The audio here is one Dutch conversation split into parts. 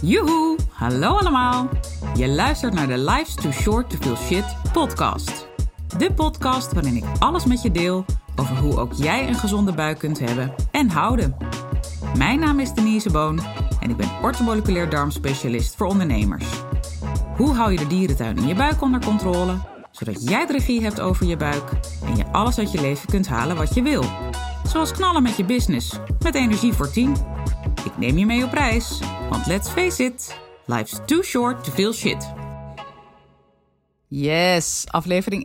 Joehoe, hallo allemaal. Je luistert naar de Life's Too Short to Feel Shit podcast. De podcast waarin ik alles met je deel over hoe ook jij een gezonde buik kunt hebben en houden. Mijn naam is Denise Boon en ik ben orthomoleculair darmspecialist voor ondernemers. Hoe hou je de dierentuin in je buik onder controle, zodat jij de regie hebt over je buik en je alles uit je leven kunt halen wat je wil. Zoals knallen met je business, met energie voor 10. Ik neem je mee op reis, want let's face it, life's too short to feel shit. Yes, aflevering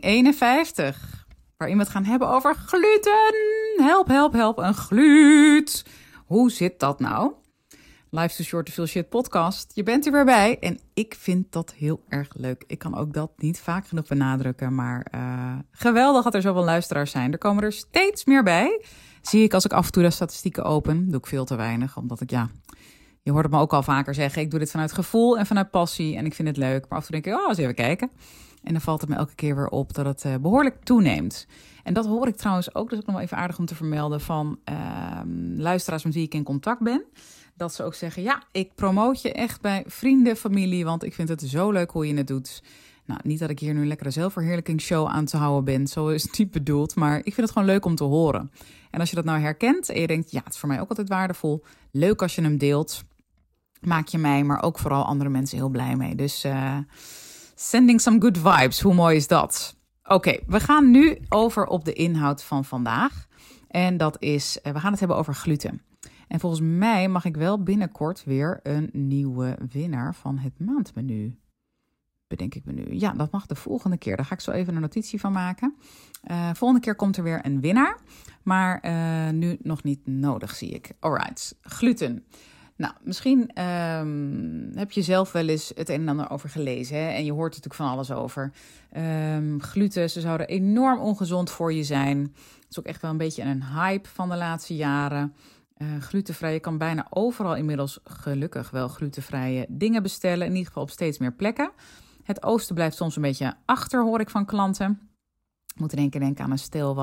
51, waarin we het gaan hebben over gluten. Help, help, help, een gluut. Hoe zit dat nou? Life's Too Short to Feel Shit podcast. Je bent er weer bij en ik vind dat heel erg leuk. Ik kan ook dat niet vaak genoeg benadrukken, maar geweldig dat er zoveel luisteraars zijn. Er komen er steeds meer bij. Zie ik als ik af en toe de statistieken open. Doe ik veel te weinig, omdat ik je hoort het me ook al vaker zeggen. Ik doe dit vanuit gevoel en vanuit passie en ik vind het leuk. Maar af en toe denk ik, eens even kijken. En dan valt het me elke keer weer op dat het behoorlijk toeneemt. En dat hoor ik trouwens ook, dus ook nog wel even aardig om te vermelden van luisteraars met wie ik in contact ben. Dat ze ook zeggen, ja, ik promoot je echt bij vrienden, familie, want ik vind het zo leuk hoe je het doet. Nou, niet dat ik hier nu een lekkere zelfverheerlijkingsshow aan te houden ben, zo is het niet bedoeld, maar ik vind het gewoon leuk om te horen. En als je dat nou herkent en je denkt, ja, het is voor mij ook altijd waardevol, leuk als je hem deelt, maak je mij, maar ook vooral andere mensen heel blij mee. Dus sending some good vibes, hoe mooi is dat? Oké, we gaan nu over op de inhoud van vandaag. En dat is, we gaan het hebben over gluten. En volgens mij mag ik wel binnenkort weer een nieuwe winnaar van het maandmenu. Bedenk ik me nu. Ja, dat mag de volgende keer. Daar ga ik zo even een notitie van maken. Volgende keer komt er weer een winnaar. Maar nu nog niet nodig, zie ik. Alright, gluten. Nou, misschien heb je zelf wel eens het een en ander over gelezen. Hè? En je hoort er natuurlijk van alles over. Gluten, ze zouden enorm ongezond voor je zijn. Het is ook echt wel een beetje een hype van de laatste jaren. Glutenvrij, je kan bijna overal inmiddels gelukkig wel glutenvrije dingen bestellen. In ieder geval op steeds meer plekken. Het oosten blijft soms een beetje achter, hoor ik van klanten. Ik moet in één keer denken aan een stel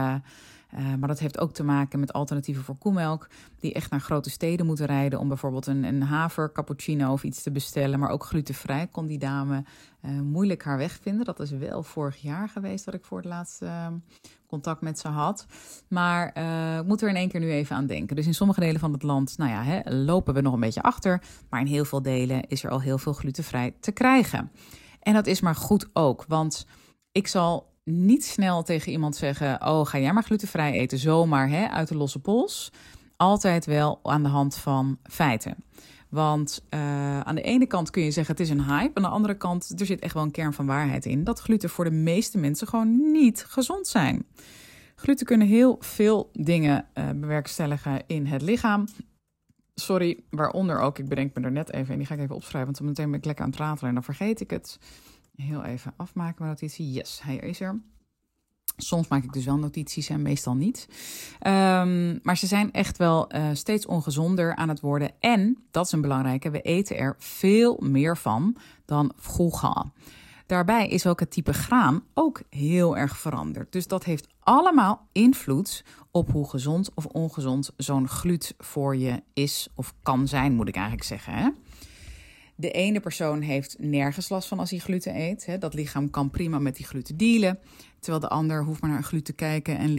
maar dat heeft ook te maken met alternatieven voor koemelk. Die echt naar grote steden moeten rijden om bijvoorbeeld een haver cappuccino of iets te bestellen. Maar ook glutenvrij kon die dame moeilijk haar weg vinden. Dat is wel vorig jaar geweest dat ik voor het laatst contact met ze had. Maar ik moet er in één keer nu even aan denken. Dus in sommige delen van het land lopen we nog een beetje achter. Maar in heel veel delen is er al heel veel glutenvrij te krijgen. En dat is maar goed ook, want ik zal niet snel tegen iemand zeggen, oh, ga jij maar glutenvrij eten, zomaar uit de losse pols. Altijd wel aan de hand van feiten. Want aan de ene kant kun je zeggen, het is een hype. Aan de andere kant, er zit echt wel een kern van waarheid in. Dat gluten voor de meeste mensen gewoon niet gezond zijn. Gluten kunnen heel veel dingen bewerkstelligen in het lichaam. Sorry, waaronder ook, ik bedenk me er net even en die ga ik even opschrijven, want zo meteen ben ik lekker aan het ratelen en dan vergeet ik het. Heel even afmaken mijn notitie. Yes, hij is er. Soms maak ik dus wel notities en meestal niet. Maar ze zijn echt wel steeds ongezonder aan het worden. En, dat is een belangrijke, we eten er veel meer van dan vroeger. Daarbij is ook het type graan ook heel erg veranderd. Dus dat heeft allemaal invloed op hoe gezond of ongezond zo'n glut voor je is of kan zijn, moet ik eigenlijk zeggen, hè? De ene persoon heeft nergens last van als hij gluten eet. Dat lichaam kan prima met die gluten dealen. Terwijl de ander hoeft maar naar een gluten te kijken en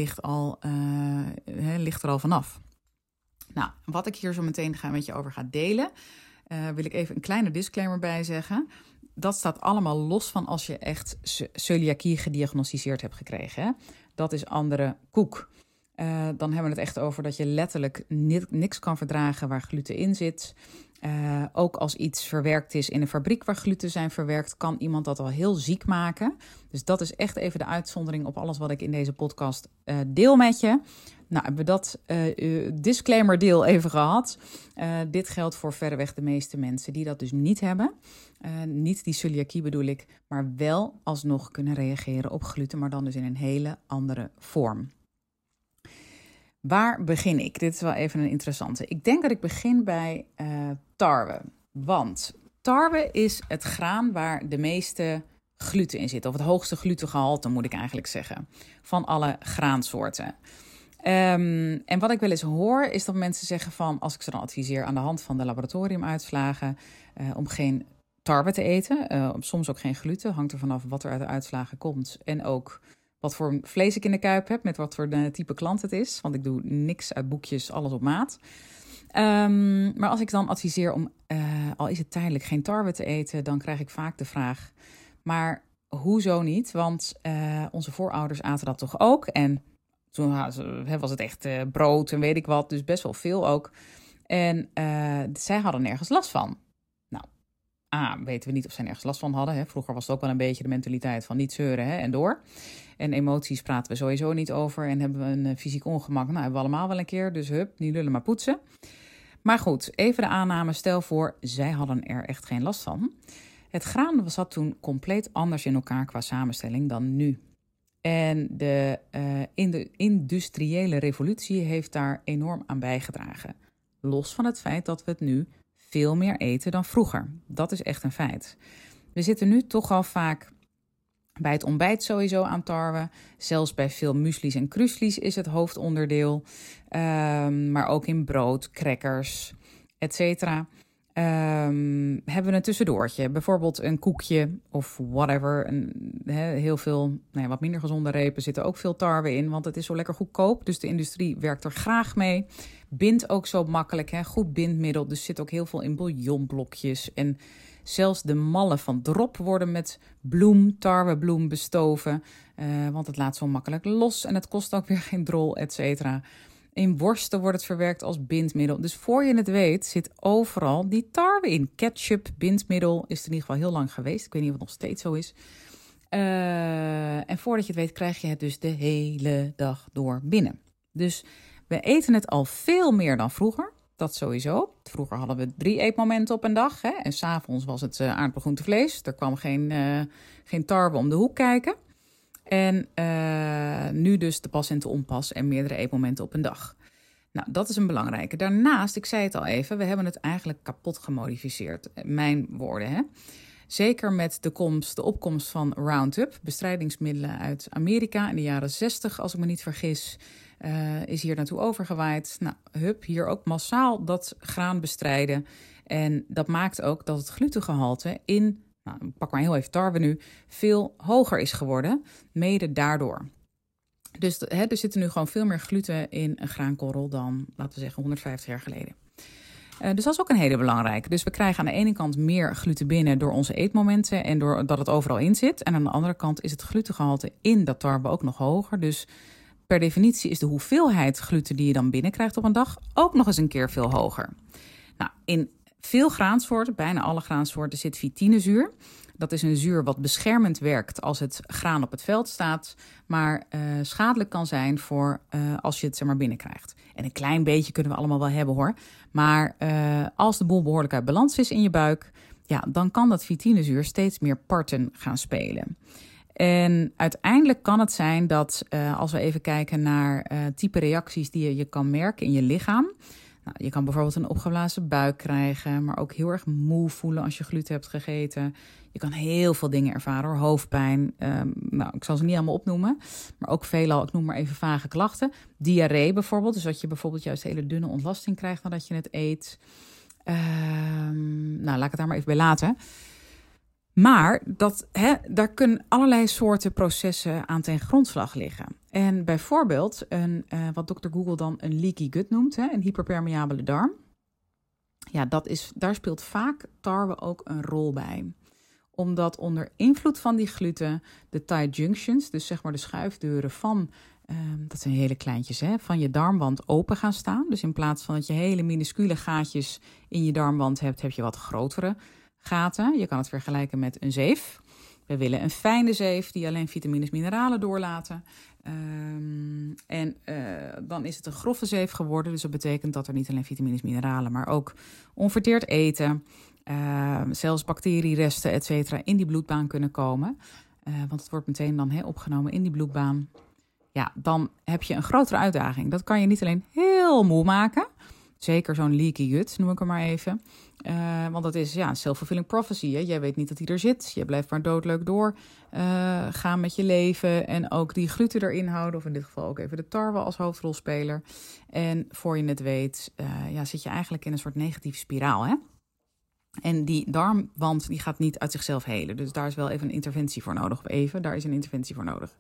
ligt er al vanaf. Nou, wat ik hier zo meteen met je over ga delen, wil ik even een kleine disclaimer bij zeggen. Dat staat allemaal los van als je echt celiakie gediagnosticeerd hebt gekregen. Hè? Dat is andere koek. Dan hebben we het echt over dat je letterlijk niks kan verdragen waar gluten in zit. Ook als iets verwerkt is in een fabriek waar gluten zijn verwerkt, kan iemand dat al heel ziek maken. Dus dat is echt even de uitzondering op alles wat ik in deze podcast deel met je. Nou, hebben we dat disclaimer deel even gehad. Dit geldt voor verreweg de meeste mensen die dat dus niet hebben. Niet die celiakie bedoel ik, maar wel alsnog kunnen reageren op gluten, maar dan dus in een hele andere vorm. Waar begin ik? Dit is wel even een interessante. Ik denk dat ik begin bij tarwe. Want tarwe is het graan waar de meeste gluten in zit. Of het hoogste glutengehalte, moet ik eigenlijk zeggen. Van alle graansoorten. En wat ik wel eens hoor, is dat mensen zeggen van, als ik ze dan adviseer aan de hand van de laboratoriumuitslagen, om geen tarwe te eten. Soms ook geen gluten, hangt er vanaf wat er uit de uitslagen komt. En ook wat voor vlees ik in de kuip heb, met wat voor type klant het is. Want ik doe niks uit boekjes, alles op maat. Maar als ik dan adviseer om, al is het tijdelijk, geen tarwe te eten, dan krijg ik vaak de vraag, maar hoezo niet? Want onze voorouders aten dat toch ook? En toen was het echt brood en weet ik wat, dus best wel veel ook. En zij hadden nergens last van. Nou, weten we niet of zij nergens last van hadden. Hè? Vroeger was het ook wel een beetje de mentaliteit van niet zeuren, hè, en door. En emoties praten we sowieso niet over. En hebben we een fysiek ongemak, nou, hebben we allemaal wel een keer. Dus niet lullen maar poetsen. Maar goed, even de aanname. Stel voor, zij hadden er echt geen last van. Het graan zat toen compleet anders in elkaar qua samenstelling dan nu. En de industriële revolutie heeft daar enorm aan bijgedragen. Los van het feit dat we het nu veel meer eten dan vroeger. Dat is echt een feit. We zitten nu toch al vaak bij het ontbijt sowieso aan tarwe. Zelfs bij veel muesli's en krusli's is het hoofdonderdeel. Maar ook in brood, crackers, etc. Hebben we een tussendoortje. Bijvoorbeeld een koekje of whatever. Heel veel, wat minder gezonde repen zitten ook veel tarwe in. Want het is zo lekker goedkoop. Dus de industrie werkt er graag mee. Bindt ook zo makkelijk. Goed bindmiddel. Dus zit ook heel veel in bouillonblokjes. En zelfs de mallen van drop worden met tarwebloem bestoven. Want het laat zo makkelijk los. En het kost ook weer geen drol, et cetera. In worsten wordt het verwerkt als bindmiddel. Dus voor je het weet zit overal die tarwe in. Ketchup, bindmiddel, is het in ieder geval heel lang geweest. Ik weet niet of het nog steeds zo is. En voordat je het weet krijg je het dus de hele dag door binnen. Dus we eten het al veel meer dan vroeger. Dat sowieso. Vroeger hadden we 3 eetmomenten op een dag. Hè? En 's avonds was het aardappel, groente, vlees. Er kwam geen tarwe om de hoek kijken. En nu dus te pas en te onpas en meerdere eetmomenten op een dag. Nou, dat is een belangrijke. Daarnaast, ik zei het al even, we hebben het eigenlijk kapot gemodificeerd. Mijn woorden, hè. Zeker met de opkomst van Roundup, bestrijdingsmiddelen uit Amerika in de jaren 60, als ik me niet vergis, is hier naartoe overgewaaid. Nou, hier ook massaal dat graan bestrijden. En dat maakt ook dat het glutengehalte in, pak maar heel even tarwe nu, veel hoger is geworden, mede daardoor. Dus er zitten nu gewoon veel meer gluten in een graankorrel dan, laten we zeggen, 150 jaar geleden. Dus dat is ook een hele belangrijke. Dus we krijgen aan de ene kant meer gluten binnen door onze eetmomenten en doordat het overal in zit. En aan de andere kant is het glutengehalte in dat tarwe ook nog hoger. Dus per definitie is de hoeveelheid gluten die je dan binnenkrijgt op een dag ook nog eens een keer veel hoger. Nou, in veel graansoorten, bijna alle graansoorten, zit fytinezuur. Dat is een zuur wat beschermend werkt als het graan op het veld staat, maar schadelijk kan zijn voor als je het binnenkrijgt. En een klein beetje kunnen we allemaal wel hebben hoor. Maar als de boel behoorlijk uit balans is in je buik, ja, dan kan dat fytinezuur steeds meer parten gaan spelen. En uiteindelijk kan het zijn dat als we even kijken naar type reacties die je kan merken in je lichaam. Nou, je kan bijvoorbeeld een opgeblazen buik krijgen, maar ook heel erg moe voelen als je gluten hebt gegeten. Je kan heel veel dingen ervaren hoor. Hoofdpijn, ik zal ze niet allemaal opnoemen, maar ook veelal, ik noem maar even vage klachten. Diarree bijvoorbeeld, dus dat je bijvoorbeeld juist hele dunne ontlasting krijgt nadat je het eet. Laat ik het daar maar even bij laten. Maar daar kunnen allerlei soorten processen aan ten grondslag liggen. En bijvoorbeeld wat Dr. Google dan een leaky gut noemt, een hyperpermeabele darm. Ja, daar speelt vaak tarwe ook een rol bij. Omdat onder invloed van die gluten de tight junctions, dus zeg maar de schuifdeuren van, dat zijn hele kleintjes, van je darmwand open gaan staan. Dus in plaats van dat je hele minuscule gaatjes in je darmwand hebt, heb je wat grotere gaten. Je kan het vergelijken met een zeef. We willen een fijne zeef die alleen vitamines, mineralen doorlaten. Dan is het een grove zeef geworden. Dus dat betekent dat er niet alleen vitamines, mineralen, maar ook onverteerd eten, zelfs bacterieresten, et cetera, in die bloedbaan kunnen komen. Want het wordt meteen dan opgenomen in die bloedbaan. Ja, dan heb je een grotere uitdaging. Dat kan je niet alleen heel moe maken, Zeker zo'n leaky gut, noem ik hem maar even. Want dat is self-fulfilling prophecy. Hè? Jij weet niet dat hij er zit. Je blijft maar doodleuk door gaan met je leven. En ook die gluten erin houden. Of in dit geval ook even de tarwe als hoofdrolspeler. En voor je het weet zit je eigenlijk in een soort negatieve spiraal. Hè? En die darmwand die gaat niet uit zichzelf helen. Dus daar is wel even een interventie voor nodig. Daar is een interventie voor nodig.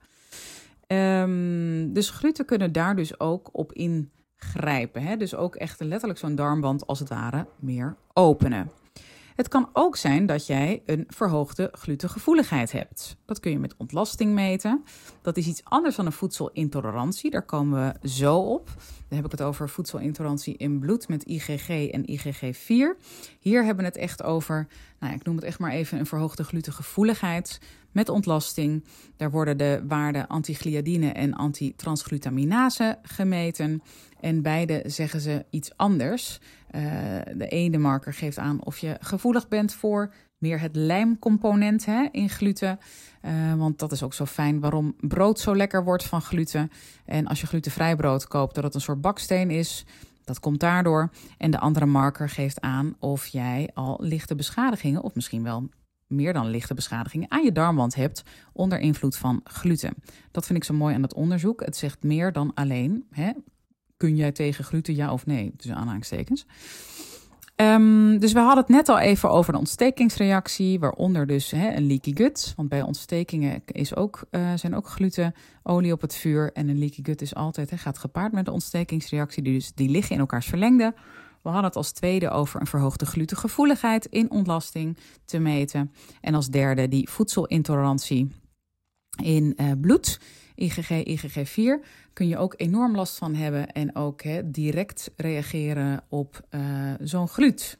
Dus gluten kunnen daar dus ook op ingrijpen. Hè? Dus ook echt letterlijk zo'n darmwand als het ware meer openen. Het kan ook zijn dat jij een verhoogde glutengevoeligheid hebt. Dat kun je met ontlasting meten. Dat is iets anders dan een voedselintolerantie. Daar komen we zo op. Dan heb ik het over voedselintolerantie in bloed met IgG en IgG4. Hier hebben we het echt over, ik noem het echt maar even een verhoogde glutengevoeligheid met ontlasting. Daar worden de waarden antigliadine en antitransglutaminase gemeten. En beide zeggen ze iets anders. De ene marker geeft aan of je gevoelig bent voor meer het lijmcomponent in gluten. Want dat is ook zo fijn waarom brood zo lekker wordt van gluten. En als je glutenvrij brood koopt, dat het een soort baksteen is. Dat komt daardoor. En de andere marker geeft aan of jij al lichte beschadigingen, of misschien wel meer dan lichte beschadigingen, aan je darmwand hebt onder invloed van gluten. Dat vind ik zo mooi aan het onderzoek. Het zegt meer dan alleen, kun jij tegen gluten, ja of nee? Tussen aanhalingstekens. Dus we hadden het net al even over de ontstekingsreactie, waaronder dus een leaky gut. Want bij ontstekingen zijn ook glutenolie op het vuur. En een leaky gut is altijd, gaat gepaard met de ontstekingsreactie. Dus die liggen in elkaars verlengde. We hadden het als tweede over een verhoogde glutengevoeligheid in ontlasting te meten. En als derde die voedselintolerantie in bloed. IgG, IgG4 kun je ook enorm last van hebben en ook direct reageren op zo'n glut.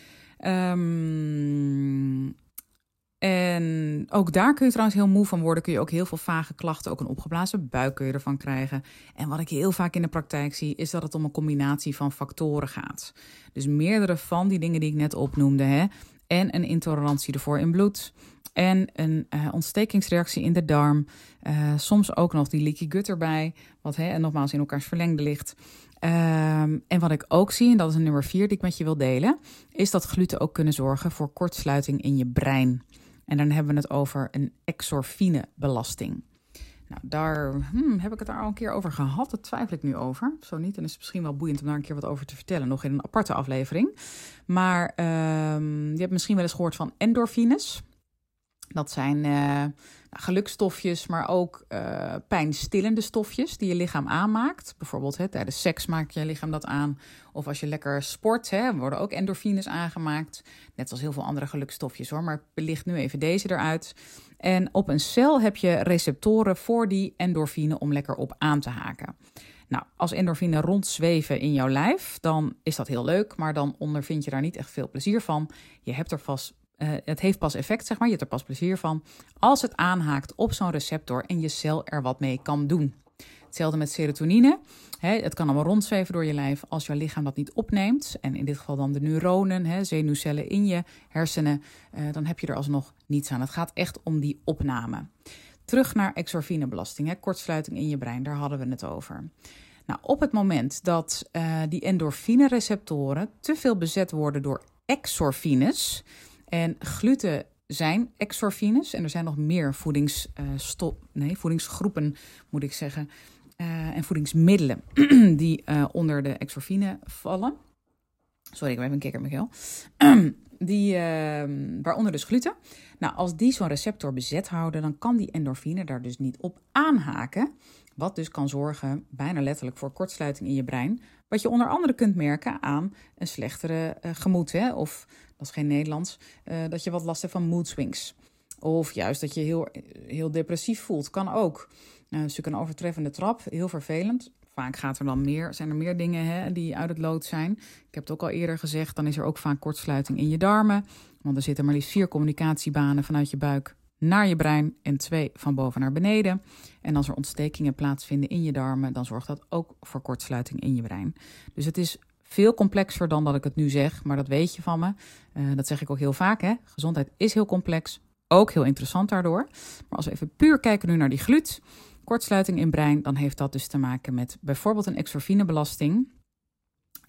En ook daar kun je trouwens heel moe van worden. Kun je ook heel veel vage klachten, ook een opgeblazen buik kun je ervan krijgen. En wat ik heel vaak in de praktijk zie, is dat het om een combinatie van factoren gaat. Dus meerdere van die dingen die ik net opnoemde. En een intolerantie ervoor in bloed. En een ontstekingsreactie in de darm. Soms ook nog die leaky gut erbij. Wat nogmaals in elkaars verlengde ligt. En wat ik ook zie, en dat is een nummer 4 die ik met je wil delen, is dat gluten ook kunnen zorgen voor kortsluiting in je brein. En dan hebben we het over een exorfinebelasting. Nou, daar heb ik het daar al een keer over gehad. Daar twijfel ik nu over. Zo niet, dan is het misschien wel boeiend om daar een keer wat over te vertellen. Nog in een aparte aflevering. Maar je hebt misschien wel eens gehoord van endorfines. Dat zijn gelukstofjes, maar ook pijnstillende stofjes die je lichaam aanmaakt. Bijvoorbeeld tijdens seks maakt je lichaam dat aan. Of als je lekker sport, worden ook endorfines aangemaakt. Net als heel veel andere gelukstofjes hoor, maar belicht nu even deze eruit. En op een cel heb je receptoren voor die endorfine om lekker op aan te haken. Nou, als endorfine rondzweven in jouw lijf, dan is dat heel leuk, maar dan ondervind je daar niet echt veel plezier van. Je hebt er vast het heeft pas effect, je hebt er pas plezier van als het aanhaakt op zo'n receptor en je cel er wat mee kan doen. Hetzelfde met serotonine. Het kan allemaal rondzweven door je lijf als jouw lichaam dat niet opneemt. En in dit geval dan de neuronen, zenuwcellen in je hersenen. Dan heb je er alsnog niets aan. Het gaat echt om die opname. Terug naar exorfinebelasting, kortsluiting in je brein, daar hadden we het over. Nou, op het moment dat die endorfine-receptoren te veel bezet worden door exorfines. En gluten zijn exorfines. En er zijn nog meer voedingsgroepen, moet ik zeggen. En voedingsmiddelen die onder de exorfine vallen. Sorry, ik heb even een kikker in mijn keel. Waaronder dus gluten. Nou, als die zo'n receptor bezet houden, dan kan die endorfine daar dus niet op aanhaken. Wat dus kan zorgen, bijna letterlijk, voor kortsluiting in je brein. Wat je onder andere kunt merken aan een slechtere gemoed. Of, dat is geen Nederlands, dat je wat last hebt van mood swings. Of juist dat je heel depressief voelt. Kan ook. Dus een overtreffende trap, heel vervelend. Vaak zijn er meer dingen die uit het lood zijn. Ik heb het ook al eerder gezegd, dan is er ook vaak kortsluiting in je darmen. Want er zitten maar liefst 4 communicatiebanen vanuit je buik naar je brein en 2 van boven naar beneden. En als er ontstekingen plaatsvinden in je darmen, dan zorgt dat ook voor kortsluiting in je brein. Dus het is veel complexer dan dat ik het nu zeg, maar dat weet je van me. Dat zeg ik ook heel vaak. Gezondheid is heel complex, ook heel interessant daardoor. Maar als we even puur kijken nu naar die glut, kortsluiting in brein, dan heeft dat dus te maken met bijvoorbeeld een exorfinebelasting.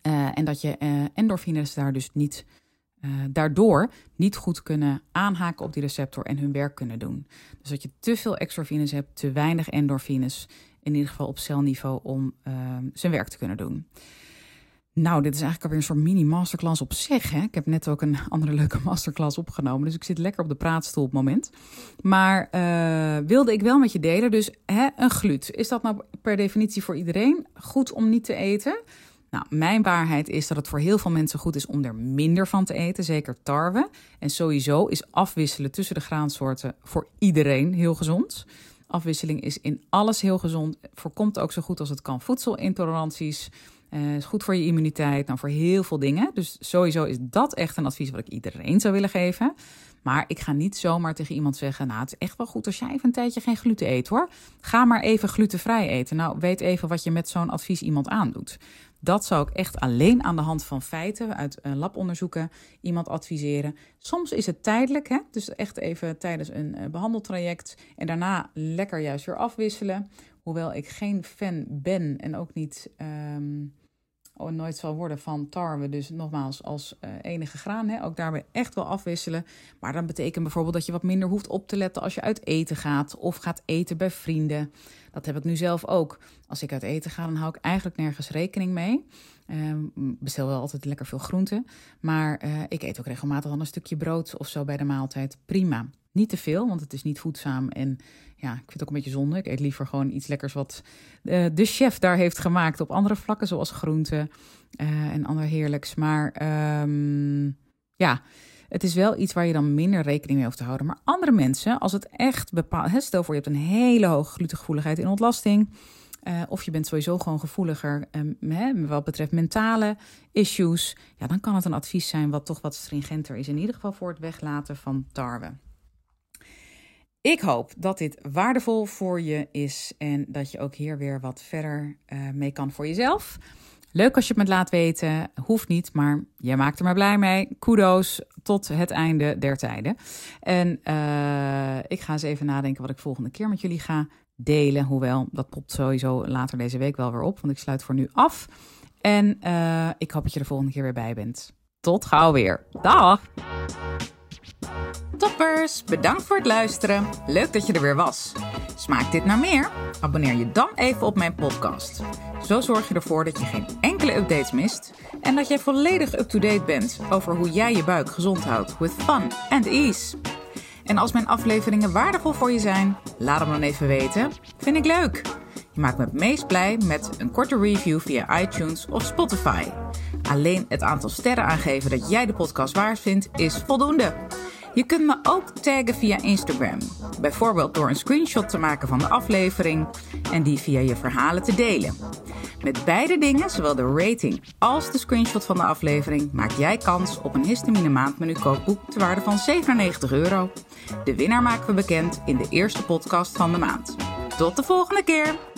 En dat je endorfines daardoor niet goed kunnen aanhaken op die receptor en hun werk kunnen doen. Dus dat je te veel exorfines hebt, te weinig endorfines, in ieder geval op celniveau, om zijn werk te kunnen doen. Nou, dit is eigenlijk alweer een soort mini-masterclass op zich. Hè? Ik heb net ook een andere leuke masterclass opgenomen. Dus ik zit lekker op de praatstoel op het moment. Maar wilde ik wel met je delen. Dus een glut. Is dat nou per definitie voor iedereen goed om niet te eten? Nou, mijn waarheid is dat het voor heel veel mensen goed is om er minder van te eten. Zeker tarwe. En sowieso is afwisselen tussen de graansoorten voor iedereen heel gezond. Afwisseling is in alles heel gezond. Voorkomt ook zo goed als het kan voedselintoleranties. Is goed voor je immuniteit, nou voor heel veel dingen. Dus sowieso is dat echt een advies wat ik iedereen zou willen geven. Maar ik ga niet zomaar tegen iemand zeggen, nou, het is echt wel goed als jij even een tijdje geen gluten eet, hoor. Ga maar even glutenvrij eten. Nou, weet even wat je met zo'n advies iemand aandoet. Dat zou ik echt alleen aan de hand van feiten uit labonderzoeken iemand adviseren. Soms is het tijdelijk, hè? Dus echt even tijdens een behandeltraject en daarna lekker juist weer afwisselen. Hoewel ik geen fan ben en ook niet nooit zal worden van tarwe. Dus nogmaals, als enige graan. Hè, ook daarbij echt wel afwisselen. Maar dat betekent bijvoorbeeld dat je wat minder hoeft op te letten als je uit eten gaat. Of gaat eten bij vrienden. Dat heb ik nu zelf ook. Als ik uit eten ga, dan hou ik eigenlijk nergens rekening mee. Bestel wel altijd lekker veel groenten. Maar ik eet ook regelmatig al een stukje brood of zo bij de maaltijd. Prima. Niet te veel, want het is niet voedzaam. En ja, ik vind het ook een beetje zonde. Ik eet liever gewoon iets lekkers wat de chef daar heeft gemaakt op andere vlakken, zoals groenten en ander heerlijks. Maar het is wel iets waar je dan minder rekening mee hoeft te houden. Maar andere mensen, als het echt bepaalt, stel voor je hebt een hele hoge glutengevoeligheid in ontlasting, of je bent sowieso gewoon gevoeliger wat betreft mentale issues, ja, dan kan het een advies zijn wat toch wat stringenter is. In ieder geval voor het weglaten van tarwe. Ik hoop dat dit waardevol voor je is en dat je ook hier weer wat verder mee kan voor jezelf. Leuk als je het me laat weten. Hoeft niet, maar jij maakt er maar blij mee. Kudos tot het einde der tijden. En ik ga eens even nadenken wat ik volgende keer met jullie ga delen. Hoewel, dat popt sowieso later deze week wel weer op, want ik sluit voor nu af. En ik hoop dat je er volgende keer weer bij bent. Tot gauw weer. Dag! Toppers, bedankt voor het luisteren. Leuk dat je er weer was. Smaakt dit naar meer? Abonneer je dan even op mijn podcast. Zo zorg je ervoor dat je geen enkele updates mist en dat jij volledig up-to-date bent over hoe jij je buik gezond houdt with fun and ease. En als mijn afleveringen waardevol voor je zijn, laat hem dan even weten. Vind ik leuk. Je maakt me het meest blij met een korte review via iTunes of Spotify. Alleen het aantal sterren aangeven dat jij de podcast waard vindt is voldoende. Je kunt me ook taggen via Instagram. Bijvoorbeeld door een screenshot te maken van de aflevering en die via je verhalen te delen. Met beide dingen, zowel de rating als de screenshot van de aflevering, maak jij kans op een Histamine Maandmenu kookboek ter waarde van €97. De winnaar maken we bekend in de eerste podcast van de maand. Tot de volgende keer!